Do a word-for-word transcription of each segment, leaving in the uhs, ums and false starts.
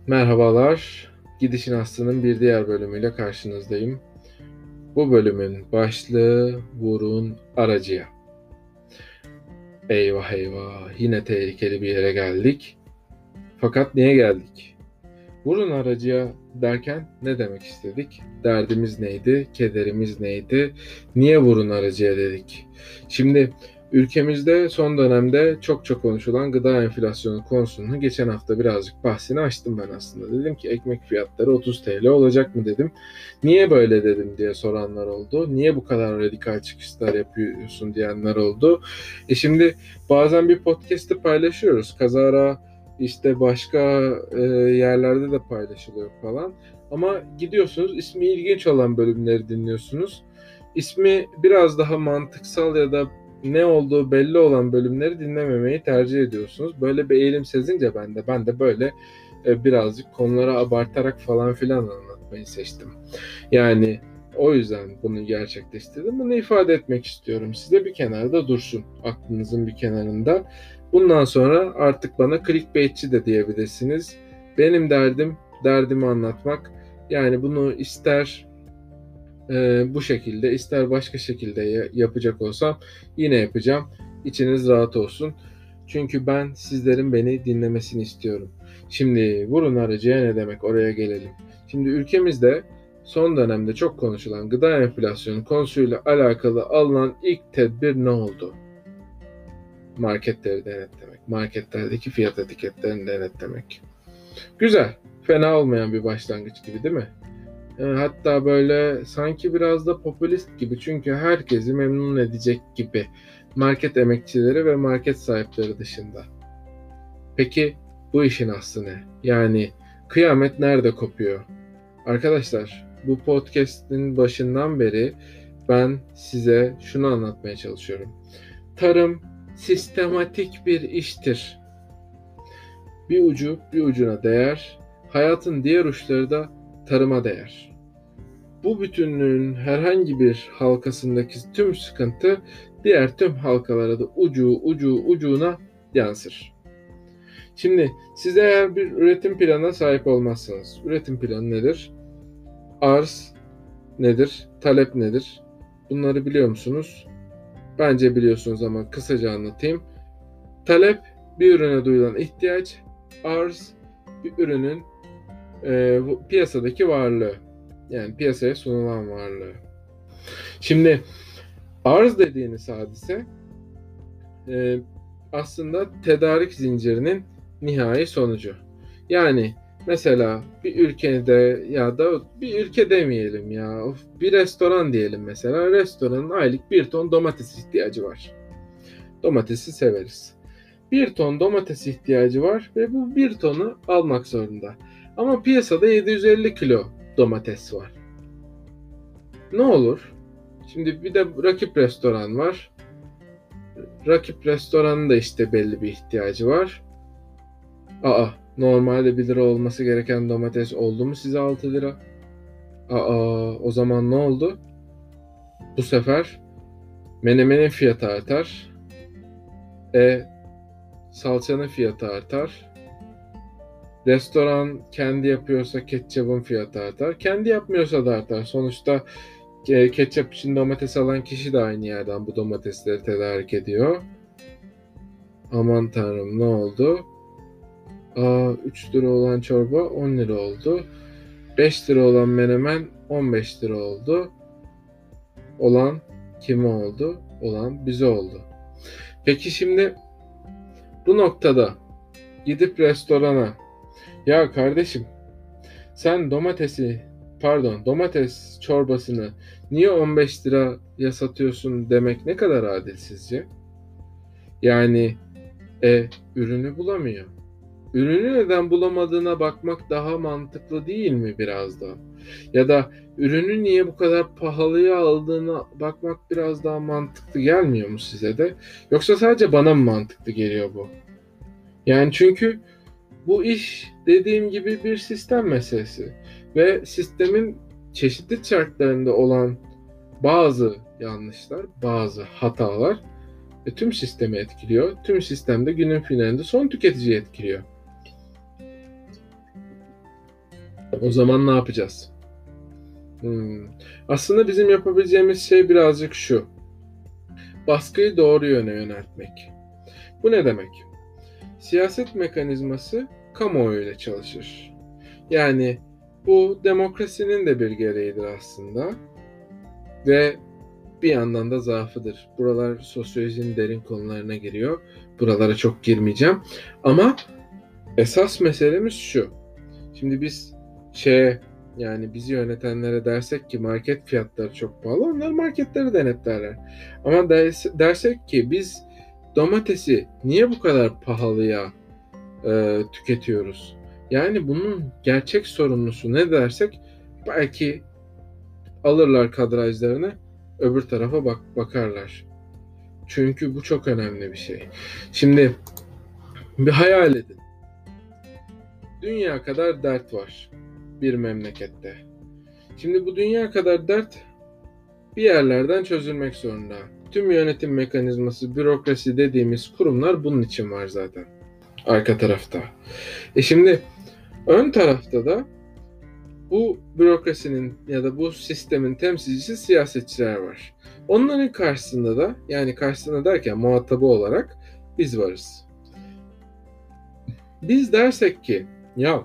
Merhabalar, Gidişin Aslı'nın bir diğer bölümüyle karşınızdayım. Bu bölümün başlığı vurun aracıya. Eyvah eyvah, yine tehlikeli bir yere geldik. Fakat niye geldik? Vurun aracıya derken ne demek istedik? Derdimiz neydi? Kederimiz neydi? Niye vurun aracıya dedik? Şimdi ülkemizde son dönemde çok çok konuşulan gıda enflasyonu konusunu geçen hafta birazcık bahsini açtım ben aslında. Dedim ki ekmek fiyatları otuz TL olacak mı dedim. Niye böyle dedim diye soranlar oldu. Niye bu kadar radikal çıkışlar yapıyorsun diyenler oldu. E şimdi bazen bir podcast'ı paylaşıyoruz. Kazara işte başka e, yerlerde de paylaşılıyor falan. Ama gidiyorsunuz ismi ilginç olan bölümleri dinliyorsunuz. İsmi biraz daha mantıksal ya da ne olduğu belli olan bölümleri dinlememeyi tercih ediyorsunuz. Böyle bir eğilim sezince ben de ben de böyle e, birazcık konuları abartarak falan filan anlatmayı seçtim. Yani o yüzden bunu gerçekleştirdim. Bunu ifade etmek istiyorum. Size bir kenarda dursun. Aklınızın bir kenarında. Bundan sonra artık bana clickbaitçi de diyebilirsiniz. Benim derdim, derdimi anlatmak. Yani bunu ister e, bu şekilde, ister başka şekilde yapacak olsam yine yapacağım. İçiniz rahat olsun. Çünkü ben sizlerin beni dinlemesini istiyorum. Şimdi vurun aracıya ne demek? Oraya gelelim. Şimdi ülkemizde son dönemde çok konuşulan gıda enflasyonu konusuyla alakalı alınan ilk tedbir ne oldu? Marketleri denetlemek. Marketlerdeki fiyat etiketlerini denetlemek. Güzel. Fena olmayan bir başlangıç gibi değil mi? Yani hatta böyle sanki biraz da popülist gibi. Çünkü herkesi memnun edecek gibi. Market emekçileri ve market sahipleri dışında. Peki bu işin aslı ne? Yani kıyamet nerede kopuyor? Arkadaşlar bu podcast'in başından beri ben size şunu anlatmaya çalışıyorum. Tarım sistematik bir iştir. Bir ucu bir ucuna değer, hayatın diğer uçları da tarıma değer. Bu bütünlüğün herhangi bir halkasındaki tüm sıkıntı diğer tüm halkalara da ucu ucu ucuna yansır. Şimdi siz eğer bir üretim planına sahip olmazsanız, üretim planı nedir? Arz nedir? Talep nedir? Bunları biliyor musunuz? Bence biliyorsunuz ama kısaca anlatayım. Talep bir ürüne duyulan ihtiyaç, arz bir ürünün e, piyasadaki varlığı. Yani piyasaya sunulan varlığı. Şimdi arz dediğiniz hadise e, aslında tedarik zincirinin nihai sonucu. Yani mesela bir ülkede ya da bir ülke demeyelim ya bir restoran diyelim mesela. Restoranın aylık bir ton domates ihtiyacı var. Domatesi severiz. Bir ton domates ihtiyacı var ve bu bir tonu almak zorunda. Ama piyasada yedi yüz elli kilo domates var. Ne olur? Şimdi bir de rakip restoran var. Rakip restoranın da işte belli bir ihtiyacı var. Aa, normalde bir lira olması gereken domates oldu mu size altı lira? Aa, o zaman ne oldu? Bu sefer menemenin fiyatı artar. E, salçanın fiyatı artar. Restoran kendi yapıyorsa ketçapın fiyatı artar. Kendi yapmıyorsa da artar. Sonuçta ketçap için domates alan kişi de aynı yerden bu domatesleri tedarik ediyor. Aman tanrım ne oldu? Aa, üç lira olan çorba on lira oldu. beş lira olan menemen on beş lira oldu. Olan kime oldu? Olan bize oldu. Peki şimdi bu noktada gidip restorana ya kardeşim sen domatesi pardon domates çorbasını niye on beş liraya satıyorsun demek ne kadar adil sizce? Yani e, ürünü bulamıyor. Ürünü neden bulamadığına bakmak daha mantıklı değil mi biraz da? Ya da ürünü niye bu kadar pahalıya aldığına bakmak biraz daha mantıklı gelmiyor mu size de? Yoksa sadece bana mı mantıklı geliyor bu? Yani çünkü bu iş dediğim gibi bir sistem meselesi ve sistemin çeşitli çarklarında olan bazı yanlışlar, bazı hatalar e, tüm sistemi etkiliyor. Tüm sistemde günün finalinde son tüketiciyi etkiliyor. O zaman ne yapacağız? Hmm. Aslında bizim yapabileceğimiz şey birazcık şu. Baskıyı doğru yöne yöneltmek. Bu ne demek? Siyaset mekanizması kamuoyuyla çalışır. Yani bu demokrasinin de bir gereğidir aslında ve bir yandan da zaafıdır. Buralar sosyolojinin derin konularına giriyor. Buralara çok girmeyeceğim. Ama esas meselemiz şu. Şimdi biz şeye yani bizi yönetenlere dersek ki market fiyatları çok pahalı, onlar marketleri denetlerler. Ama dersek ki biz domatesi niye bu kadar pahalıya e, tüketiyoruz? Yani bunun gerçek sorumlusu ne dersek belki alırlar kadrajlarını, öbür tarafa bak bakarlar. Çünkü bu çok önemli bir şey. Şimdi bir hayal edin. Dünya kadar dert var bir memlekette. Şimdi bu dünya kadar dert bir yerlerden çözülmek zorunda. Tüm yönetim mekanizması, bürokrasi dediğimiz kurumlar bunun için var zaten. Arka tarafta. E şimdi ön tarafta da bu bürokrasinin ya da bu sistemin temsilcisi siyasetçiler var. Onların karşısında da, yani karşısında derken muhatabı olarak biz varız. Biz dersek ki ya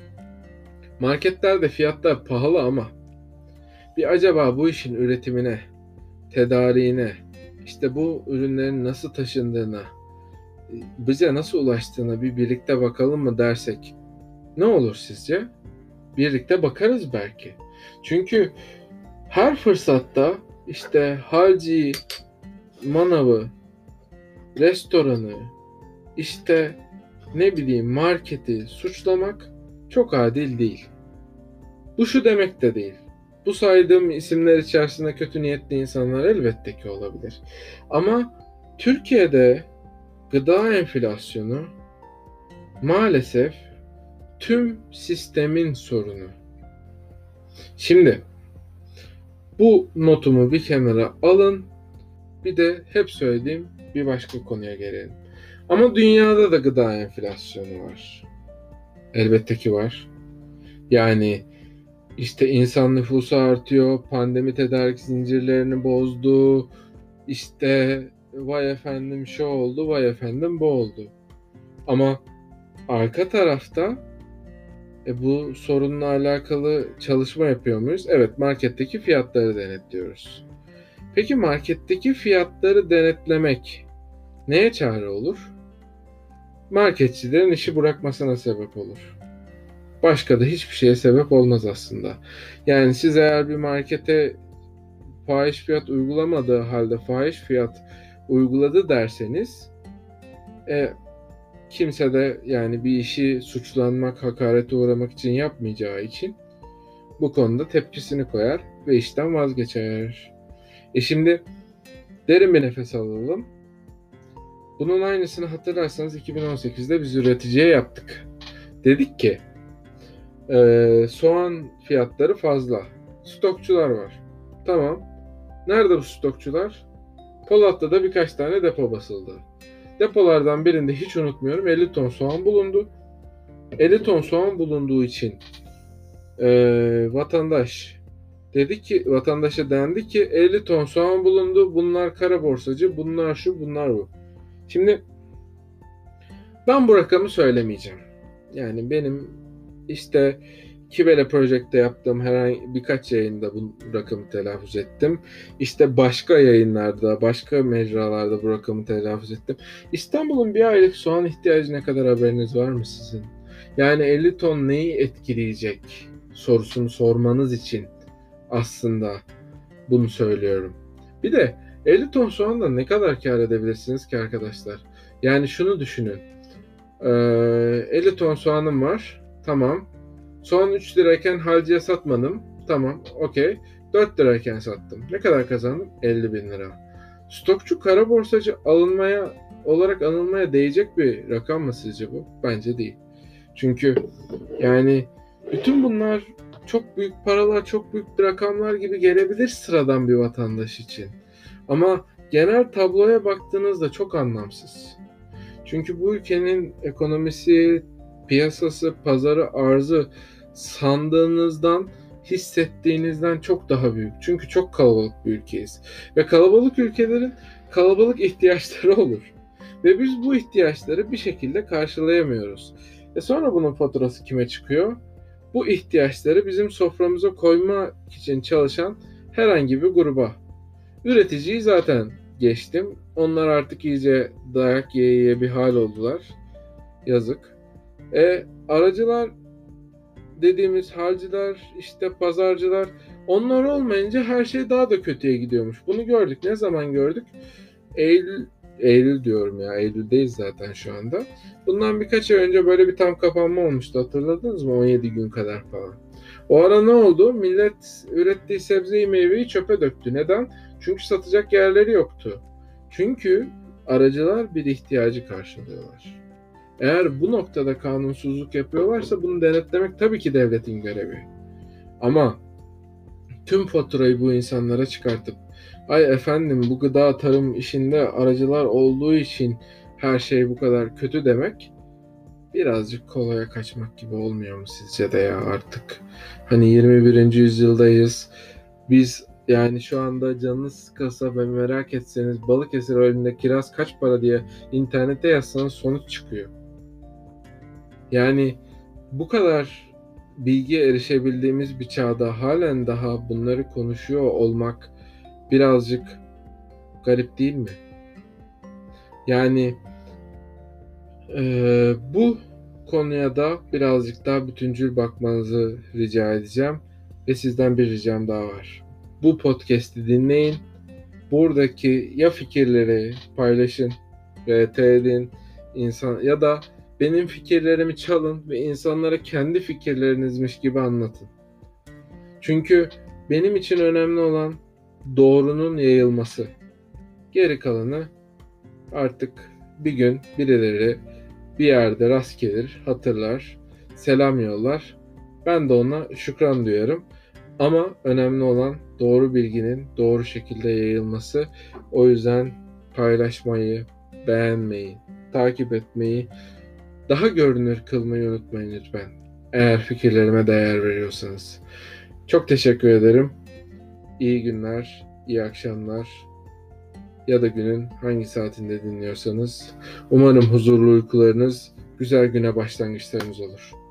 marketlerde fiyatlar pahalı ama bir acaba bu işin üretimine, tedariğine, işte bu ürünlerin nasıl taşındığına, bize nasıl ulaştığına bir birlikte bakalım mı dersek ne olur sizce? Birlikte bakarız belki. Çünkü her fırsatta işte halciyi, manavı, restoranı, işte ne bileyim marketi suçlamak çok adil değil. Bu şu demek de değil. Bu saydığım isimler içerisinde kötü niyetli insanlar elbette ki olabilir. Ama Türkiye'de gıda enflasyonu maalesef tüm sistemin sorunu. Şimdi bu notumu bir kenara alın. Bir de hep söylediğim bir başka konuya gelelim. Ama dünyada da gıda enflasyonu var. Elbette ki var. Yani işte insan nüfusu artıyor, pandemi tedarik zincirlerini bozdu, işte vay efendim şu oldu, vay efendim bu oldu. Ama arka tarafta e, bu sorunla alakalı çalışma yapıyor muyuz? Evet, marketteki fiyatları denetliyoruz. Peki marketteki fiyatları denetlemek neye çare olur? Marketçilerin işi bırakmasına sebep olur. Başka da hiçbir şeye sebep olmaz aslında. Yani siz eğer bir markete fahiş fiyat uygulamadığı halde fahiş fiyat uyguladı derseniz e, kimse de yani bir işi suçlanmak, hakarete uğramak için yapmayacağı için bu konuda tepkisini koyar ve işten vazgeçer. E şimdi derin bir nefes alalım. Bunun aynısını hatırlarsanız iki bin on sekizde biz üreticiye yaptık. Dedik ki e, soğan fiyatları fazla. Stokçular var. Tamam. Nerede bu stokçular? Polatlı'da birkaç tane depo basıldı. Depolardan birinde hiç unutmuyorum elli ton soğan bulundu. elli ton soğan bulunduğu için e, vatandaş dedi ki vatandaşa dendi ki elli ton soğan bulundu. Bunlar kara borsacı, bunlar şu, bunlar bu. Şimdi ben bu rakamı söylemeyeceğim. Yani benim işte Kibele Project'te yaptığım herhangi birkaç yayında bu rakamı telaffuz ettim. İşte başka yayınlarda, başka mecralarda bu rakamı telaffuz ettim. İstanbul'un bir aylık soğan ihtiyacı ne kadar haberiniz var mı sizin? Yani elli ton neyi etkileyecek sorusunu sormanız için aslında bunu söylüyorum. Bir de elli ton soğandan ne kadar kar edebilirsiniz ki arkadaşlar? Yani şunu düşünün. Ee, elli ton soğanım var. Tamam. Soğan üç lirayken halciye satmadım. Tamam. Okey. dört lirayken sattım. Ne kadar kazandım? elli bin lira. Stokçu kara borsacı alınmaya olarak anılmaya değecek bir rakam mı sizce bu? Bence değil. Çünkü yani bütün bunlar çok büyük paralar, çok büyük rakamlar gibi gelebilir sıradan bir vatandaş için. Ama genel tabloya baktığınızda çok anlamsız. Çünkü bu ülkenin ekonomisi, piyasası, pazarı, arzı sandığınızdan, hissettiğinizden çok daha büyük. Çünkü çok kalabalık bir ülkeyiz. Ve kalabalık ülkelerin kalabalık ihtiyaçları olur. Ve biz bu ihtiyaçları bir şekilde karşılayamıyoruz. E sonra bunun faturası kime çıkıyor? Bu ihtiyaçları bizim soframıza koymak için çalışan herhangi bir gruba. Üreticiyi zaten geçtim. Onlar artık iyice dayak yiye yiye bir hal oldular. Yazık. E aracılar dediğimiz halciler, işte pazarcılar, onlar olmayınca her şey daha da kötüye gidiyormuş. Bunu gördük. Ne zaman gördük? Eylül, Eylül diyorum ya. Eylül'deyiz zaten şu anda. Bundan birkaç ay önce böyle bir tam kapanma olmuştu. Hatırladınız mı? on yedi gün kadar falan. O ara ne oldu? Millet ürettiği sebzeyi meyveyi çöpe döktü. Neden? Çünkü satacak yerleri yoktu. Çünkü aracılar bir ihtiyacı karşılıyorlar. Eğer bu noktada kanunsuzluk yapıyorlarsa bunu denetlemek tabii ki devletin görevi. Ama tüm faturayı bu insanlara çıkartıp ay efendim bu gıda tarım işinde aracılar olduğu için her şey bu kadar kötü demek birazcık kolaya kaçmak gibi olmuyor mu sizce de ya artık? Hani yirmi birinci yüzyıldayız. Biz yani şu anda canınız sıkılsa ve merak etseniz Balıkesir önünde kiraz kaç para diye internete yazsanız sonuç çıkıyor. Yani bu kadar bilgiye erişebildiğimiz bir çağda halen daha bunları konuşuyor olmak birazcık garip değil mi? Yani e, bu konuya da birazcık daha bütüncül bakmanızı rica edeceğim. Ve sizden bir ricam daha var. Bu podcast'i dinleyin. Buradaki ya fikirleri paylaşın, R T edin, insan ya da benim fikirlerimi çalın ve insanlara kendi fikirlerinizmiş gibi anlatın. Çünkü benim için önemli olan doğrunun yayılması. Geri kalanı artık bir gün birileri bir yerde rast gelir, hatırlar, selam yollar. Ben de ona şükran duyarım. Ama önemli olan doğru bilginin doğru şekilde yayılması. O yüzden paylaşmayı, beğenmeyi, takip etmeyi, daha görünür kılmayı unutmayın lütfen. Eğer fikirlerime değer veriyorsanız. Çok teşekkür ederim. İyi günler, iyi akşamlar ya da günün hangi saatinde dinliyorsanız. Umarım huzurlu uykularınız, güzel güne başlangıçlarınız olur.